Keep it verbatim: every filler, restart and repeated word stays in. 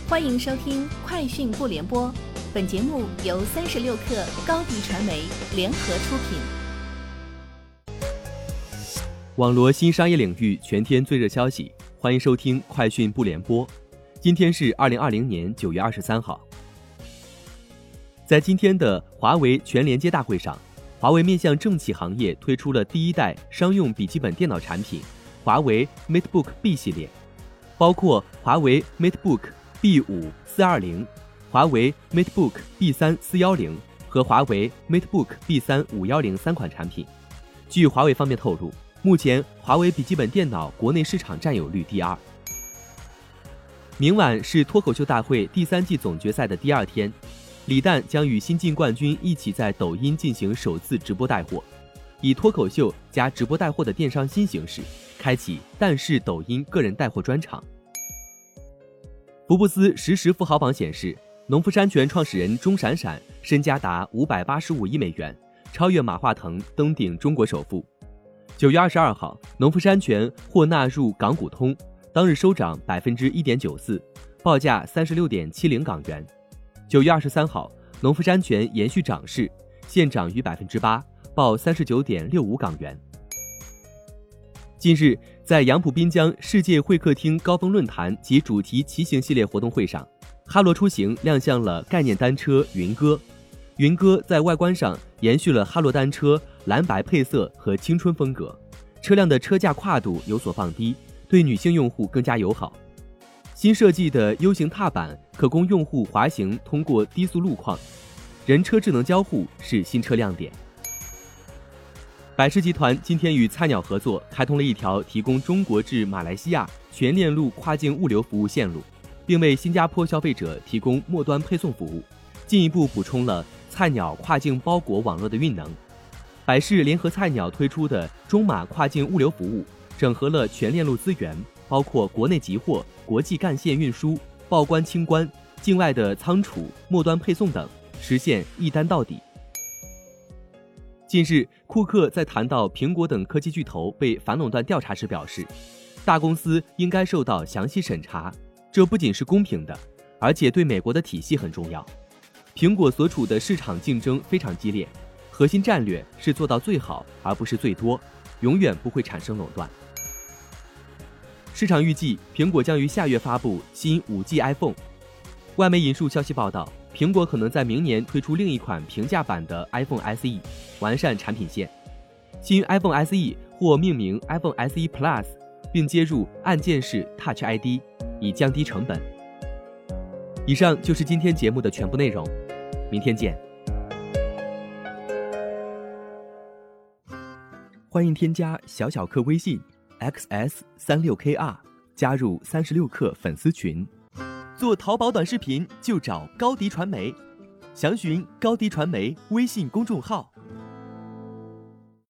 欢迎收听快讯不联播，本节目由三十六克高低传媒联合出品。 网罗新商业领域全天最热消息，欢迎收听快讯不联播。今天是二零二零年九月二十三号。在今天的华为全连接大会上，华为面向政企行业推出了第一代商用笔记本电脑产品华为 MateBook B 系列，包括华为 MateBook B 五 四二零、华为 MateBook B 三 四一零和华为 MateBook B 三 五一零三款产品。据华为方面透露，目前华为笔记本电脑国内市场占有率第二。明晚是脱口秀大会第三季总决赛的第二天，李诞将与新晋冠军一起在抖音进行首次直播带货，以脱口秀加直播带货的电商新形式，开启诞式抖音个人带货专场。福布斯实时富豪榜显示，农夫山泉创始人钟闪闪身家达五百八十五亿美元，超越马化腾登顶中国首富。九月二十二号，农夫山泉获纳入港股通，当日收涨 百分之一点九四， 报价三十六点七零港元。九月二十三号，农夫山泉延续涨势，现涨逾 百分之八， 报三十九点六五港元。近日，在杨浦滨江世界会客厅高峰论坛及主题骑行系列活动会上，哈罗出行亮相了概念单车云歌。云歌在外观上延续了哈罗单车蓝白配色和青春风格，车辆的车架跨度有所放低，对女性用户更加友好。新设计的 U 型踏板可供用户滑行通过低速路况，人车智能交互是新车亮点。百世集团今天与菜鸟合作，开通了一条提供中国至马来西亚全链路跨境物流服务线路，并为新加坡消费者提供末端配送服务，进一步补充了菜鸟跨境包裹网络的运能。百世联合菜鸟推出的中马跨境物流服务，整合了全链路资源，包括国内集货、国际干线运输、报关清关、境外的仓储、末端配送等，实现一单到底。近日，库克在谈到苹果等科技巨头被反垄断调查时表示，大公司应该受到详细审查，这不仅是公平的，而且对美国的体系很重要。苹果所处的市场竞争非常激烈，核心战略是做到最好而不是最多，永远不会产生垄断。市场预计苹果将于下月发布新 五 G iPhone。 外媒引述消息报道，苹果可能在明年推出另一款平价版的 iPhone S E， 完善产品线。新 iPhone S E 或命名 iPhone S E Plus， 并接入按键式 Touch I D， 以降低成本。以上就是今天节目的全部内容，明天见。欢迎添加小小客微信 X S 三六 K R， 加入三十六课粉丝群。做淘宝短视频就找高迪传媒，详询高迪传媒微信公众号。